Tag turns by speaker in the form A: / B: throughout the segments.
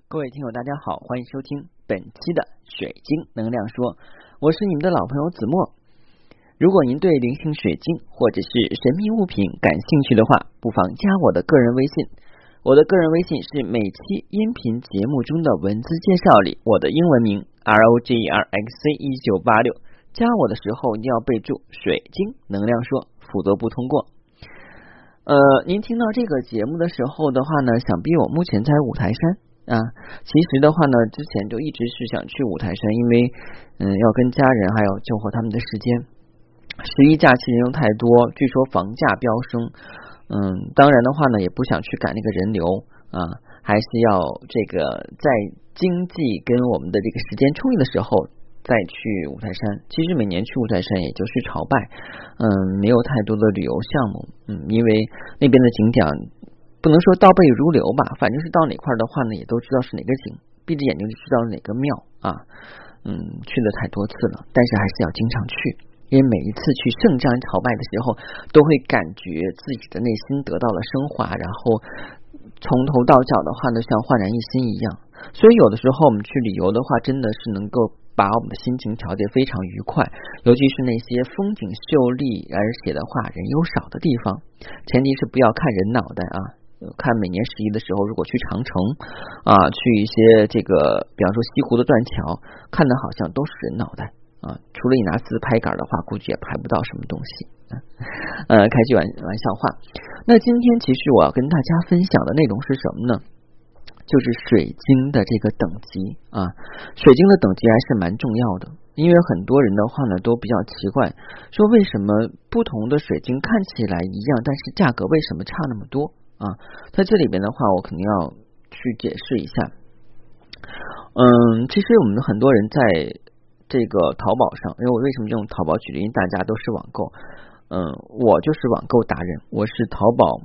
A: 各位听友大家好，欢迎收听本期的水晶能量说，我是你们的老朋友子墨。如果您对灵性水晶或者是神秘物品感兴趣的话，不妨加我的个人微信。我的个人微信是每期音频节目中的文字介绍里我的英文名 ROGERXC1986，加我的时候一定要备注水晶能量说，否则不通过。您听到这个节目的时候的话呢，想必我目前在五台山其实的话呢，之前就一直是想去五台山，因为要跟家人还有救活他们的时间。11假期人流太多，据说房价飙升，当然的话呢，也不想去赶那个人流还是要这个在经济跟我们的这个时间充裕的时候再去五台山。其实每年去五台山也就是朝拜，没有太多的旅游项目，因为那边的景点不能说倒背如流吧，反正是到哪块的话呢，也都知道是哪个景，闭着眼睛就知道哪个庙去了太多次了，但是还是要经常去，因为每一次去圣山朝拜的时候，都会感觉自己的内心得到了升华，然后从头到脚的话呢，像焕然一新一样。所以有的时候我们去旅游的话，真的是能够把我们的心情调节非常愉快，尤其是那些风景秀丽而且的话人又少的地方，前提是不要看人脑袋看每年11的时候，如果去长城去一些这个比方说西湖的断桥，看的好像都是人脑袋除了你拿自拍杆的话，估计也拍不到什么东西开句玩笑话。那今天其实我要跟大家分享的内容是什么呢？就是水晶的这个等级水晶的等级还是蛮重要的，因为很多人的话呢都比较奇怪，说为什么不同的水晶看起来一样，但是价格为什么差那么多在这里边的话我肯定要去解释一下。其实我们很多人在这个淘宝上，因为我为什么用淘宝举例，因为大家都是网购，我就是网购达人，我是淘宝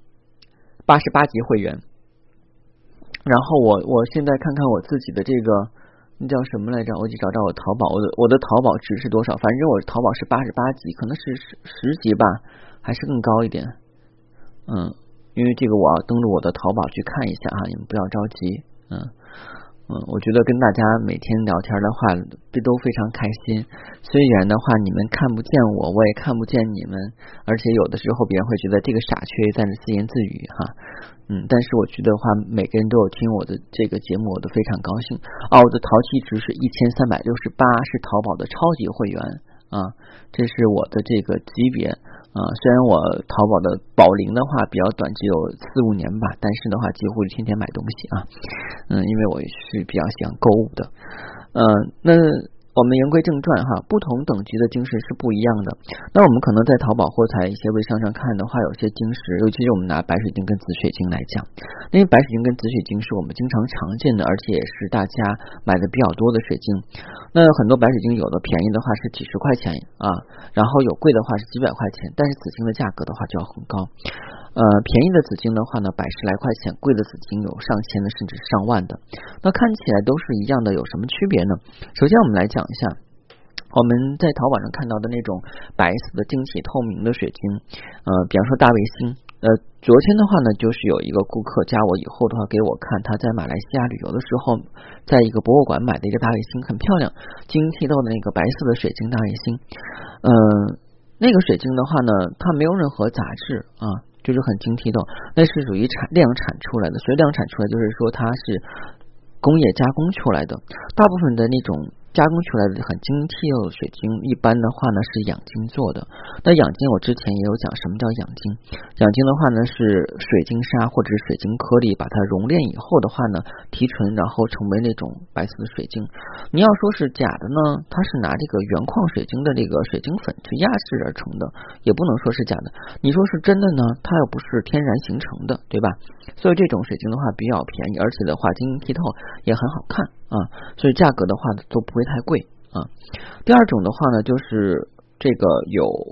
A: 88级会员，然后我现在看看我自己的这个那叫什么来着，我就找到我淘宝我的淘宝值是多少，反正我淘宝是88级，可能是10级吧，还是更高一点，因为这个我要登录我的淘宝去看一下你们不要着急，我觉得跟大家每天聊天的话都非常开心，虽然的话你们看不见我也看不见你们，而且有的时候别人会觉得这个傻缺在那自言自语但是我觉得话每个人都有听我的这个节目，我都非常高兴我的淘气值是1368，是淘宝的超级会员这是我的这个级别虽然我淘宝的保龄的话比较短，只有4-5年吧，但是的话几乎天天买东西因为我是比较喜欢购物的那我们言归正传不同等级的晶石是不一样的。那我们可能在淘宝或在一些微商上看的话，有些晶石，尤其是我们拿白水晶跟紫水晶来讲，因为白水晶跟紫水晶是我们经常常见的，而且也是大家买的比较多的水晶。那很多白水晶有的便宜的话是几十块钱然后有贵的话是几百块钱，但是紫晶的价格的话就要很高。便宜的紫晶的话呢，100来块钱，贵的紫晶有上千的甚至是上万的。那看起来都是一样的，有什么区别呢？首先我们来讲一下我们在淘宝上看到的那种白色的晶体透明的水晶，比方说大卫星。昨天的话呢，就是有一个顾客加我以后的话给我看他在马来西亚旅游的时候，在一个博物馆买的一个大卫星，很漂亮，晶莹剔透的那个白色的水晶大卫星。那个水晶的话呢，它没有任何杂质就是很晶剔透，那是属于量产出来的。所以量产出来就是说它是工业加工出来的，大部分的那种加工出来的很晶剔透的水晶，一般的话呢是养晶做的。那养晶我之前也有讲什么叫养晶，养晶的话呢是水晶砂或者是水晶颗粒把它熔炼以后的话呢提纯，然后成为那种白色的水晶。你要说是假的呢，它是拿这个原矿水晶的这个水晶粉去压制而成的，也不能说是假的。你说是真的呢，它又不是天然形成的，对吧？所以这种水晶的话比较便宜，而且的话晶莹剔透也很好看所以价格的话都不会太贵第二种的话呢，就是这个有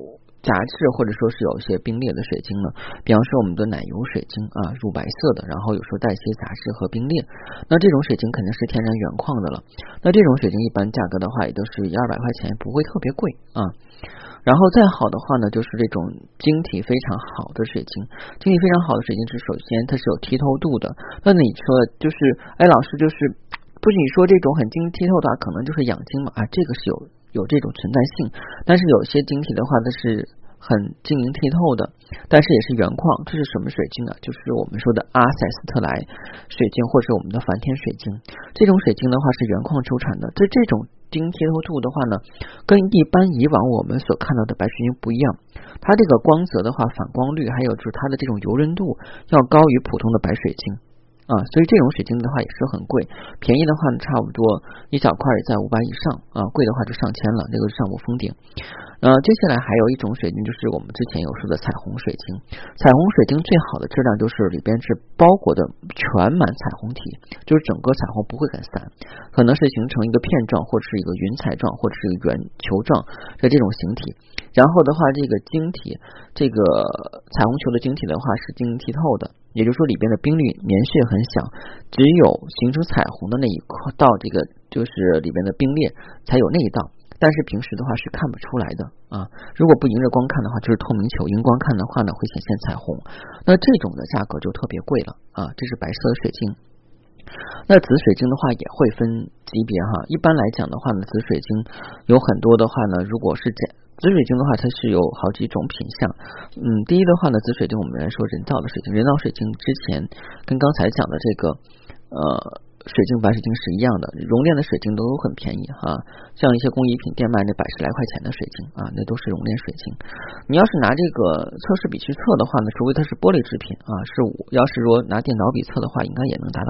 A: 杂质或者说是有一些冰裂的水晶呢，比方说我们的奶油水晶啊，乳白色的，然后有时候带一些杂质和冰裂，那这种水晶肯定是天然原矿的了。那这种水晶一般价格的话也都是100-200块钱，不会特别贵啊。然后再好的话呢，就是这种晶体非常好的水晶。晶体非常好的水晶是首先它是有剔透度的。那你说就是老师就是不是你说这种很晶剔透的话可能就是养晶嘛啊，这个是有这种存在性，但是有些晶体的话它是很晶莹剔透的，但是也是原矿。这是什么水晶啊？就是我们说的阿塞斯特莱水晶或者我们的梵天水晶。这种水晶的话是原矿出产的，这种晶剔透度的话呢，跟一般以往我们所看到的白水晶不一样，它这个光泽的话反光率还有就是它的这种柔韧度要高于普通的白水晶啊，所以这种水晶的话也是很贵，便宜的话呢差不多一小块也在500以上啊，贵的话就上千了，这个是上不封顶。接下来还有一种水晶，就是我们之前有说的彩虹水晶。彩虹水晶最好的质量就是里边是包裹的全满彩虹体，就是整个彩虹不会很散，可能是形成一个片状或者是一个云彩状或者是一个圆球状的这种形体。然后的话这个晶体，这个彩虹球的晶体的话是晶莹剔透的，也就是说里边的冰粒棉屑很小，只有形成彩虹的那一块到这个就是里边的冰裂才有那一道，但是平时的话是看不出来的啊。如果不迎着光看的话就是透明球，迎光看的话呢会显现彩虹，那这种的价格就特别贵了啊。这是白色的水晶。那紫水晶的话也会分级别哈，一般来讲的话呢，紫水晶有很多的话呢，如果是紫水晶的话它是有好几种品相。第一的话呢，紫水晶我们来说人造的水晶，人造水晶之前跟刚才讲的这个水晶白水晶是一样的，熔炼的水晶都很便宜哈，像一些工艺品店卖那100-10来块钱的水晶啊，那都是熔炼水晶。你要是拿这个测试笔去测的话呢，除非它是玻璃制品啊，是5，要是说拿电脑笔测的话应该也能达到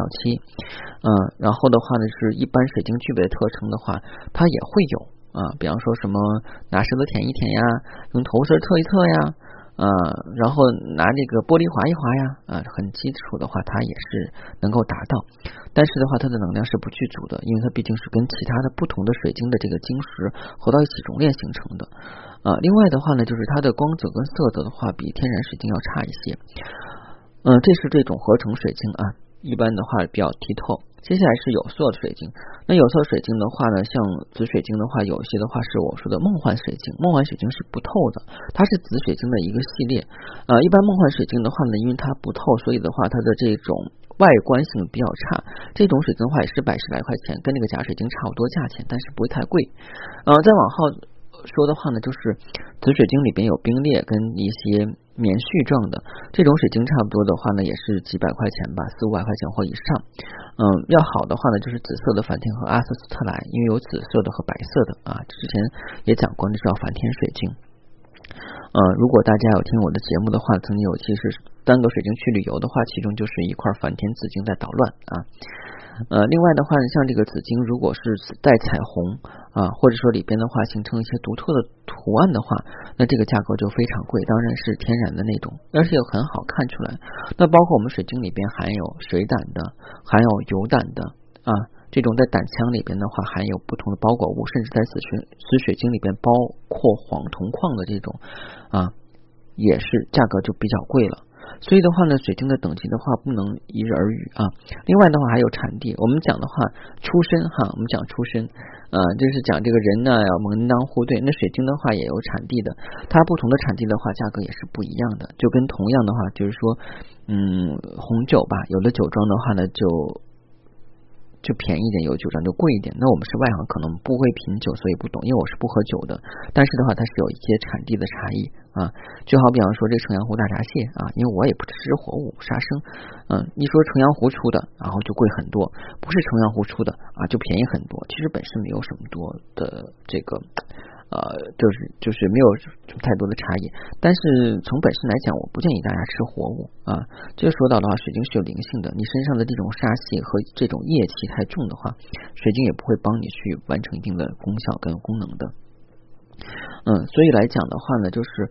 A: 7。然后的话呢，是一般水晶具备的特征的话它也会有啊，比方说什么拿石头舔一舔呀，用头丝测一测呀，然后拿这个玻璃划一划呀，很基础的话它也是能够达到，但是的话它的能量是不具足的，因为它毕竟是跟其他的不同的水晶的这个晶石合到一起熔炼形成的。另外的话呢，就是它的光泽跟色泽的话比天然水晶要差一些。这是这种合成水晶啊，一般的话比较剔透。接下来是有色的水晶，那有色水晶的话呢，像紫水晶的话，有些的话是我说的梦幻水晶，梦幻水晶是不透的，它是紫水晶的一个系列。一般梦幻水晶的话呢，因为它不透，所以的话它的这种外观性比较差，这种水晶的话也是100-10来块钱，跟那个假水晶差不多价钱，但是不会太贵。再往后说的话呢，就是紫水晶里边有冰裂跟一些棉絮状的，这种水晶差不多的话呢也是几百块钱吧，400-500块钱或以上。要好的话呢就是紫色的梵天和阿瑟斯特莱，因为有紫色的和白色的啊，之前也讲过，那叫梵天水晶。如果大家有听我的节目的话，曾经有期是3个水晶去旅游的话，其中就是一块梵天紫晶在捣乱啊。另外的话呢，像这个紫晶如果是带彩虹或者说里边的话形成一些独特的图案的话，那这个价格就非常贵，当然是天然的那种，而且又很好看出来。那包括我们水晶里边含有水胆的，含有油胆的这种在胆腔里边的话含有不同的包裹物，甚至在紫水晶里边包括黄铜矿的这种也是价格就比较贵了。所以的话呢，水晶的等级的话不能一日而语另外的话还有产地，我们讲的话出身我们讲出身就是讲这个人呢要门当户对，那水晶的话也有产地的，它不同的产地的话价格也是不一样的，就跟同样的话就是说红酒吧，有的酒庄的话呢就便宜一点，有酒庄就贵一点。那我们是外行，可能不会品酒，所以不懂，因为我是不喝酒的。但是的话，它是有一些产地的差异就好比方说这个城阳湖大闸蟹因为我也不吃活物杀生，你说城阳湖出的，然后就贵很多；不是城阳湖出的就便宜很多。其实本身没有什么多的这个。就是没有太多的差异，但是从本身来讲，我不建议大家吃活物这说到的话，水晶是有灵性的，你身上的这种煞气和这种业气太重的话，水晶也不会帮你去完成一定的功效跟功能的。所以来讲的话呢，就是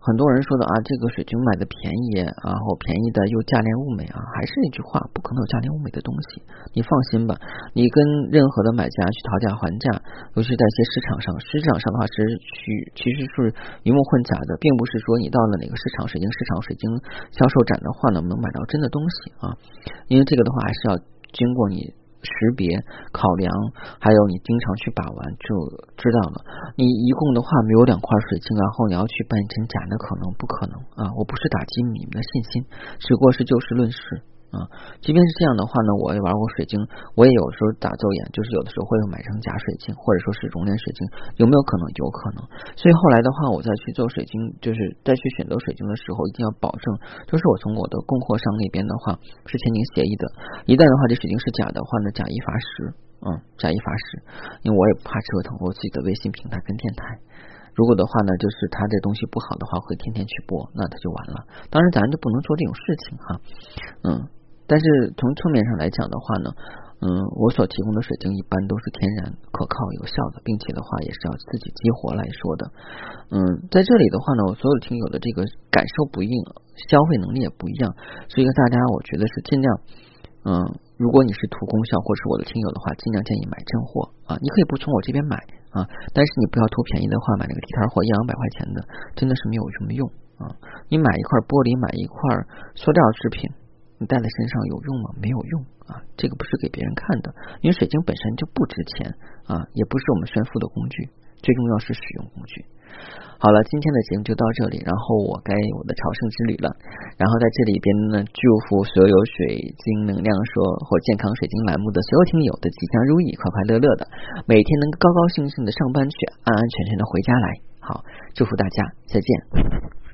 A: 很多人说的啊，这个水晶买的便宜，然后便宜的又价廉物美啊，还是那句话，不可能有价廉物美的东西。你放心吧，你跟任何的买家去讨价还价，尤其是在一些市场上的话其实是鱼目混杂的，并不是说你到了哪个市场水晶销售展的话能买到真的东西啊，因为这个的话还是要经过你识别考量，还有你经常去把玩就知道了。你一共的话没有2块水晶，然后你要去扮真假，那不可能啊！我不是打击你们的信心，只不过是就事论事啊。即便是这样的话呢，我也玩过水晶，我也有时候打走眼，就是有的时候会买成假水晶，或者说是熔炼水晶，有没有可能？有可能。所以后来的话，我再去做水晶，就是再去选择水晶的时候，一定要保证，就是我从我的供货商那边的话是签订协议的，一旦的话这水晶是假的话呢，假一罚十，假一罚十，因为我也不怕折腾我自己的微信平台跟电台。如果的话呢，就是他这东西不好的话，会天天去播，那他就完了。当然，咱就不能做这种事情哈，但是从侧面上来讲的话呢，我所提供的水晶一般都是天然、可靠、有效的，并且的话也是要自己激活来说的。在这里的话呢，我所有的听友的这个感受不一样，消费能力也不一样，所以大家我觉得是尽量，如果你是图功效或是我的听友的话，尽量建议买真货啊。你可以不从我这边买啊，但是你不要图便宜的话，买那个地摊货100-200块钱的，真的是没有什么用啊。你买一块玻璃，买一块塑料制品，你戴在身上有用吗？没有用啊，这个不是给别人看的，因为水晶本身就不值钱啊，也不是我们炫富的工具，最重要是使用工具。好了，今天的节目就到这里，然后我该我的朝圣之旅了。然后在这里边呢，祝福所有水晶能量说或健康水晶栏目的所有听友的吉祥如意，快快乐乐的，每天能高高兴兴的上班去，安安全全的回家来。好，祝福大家，再见。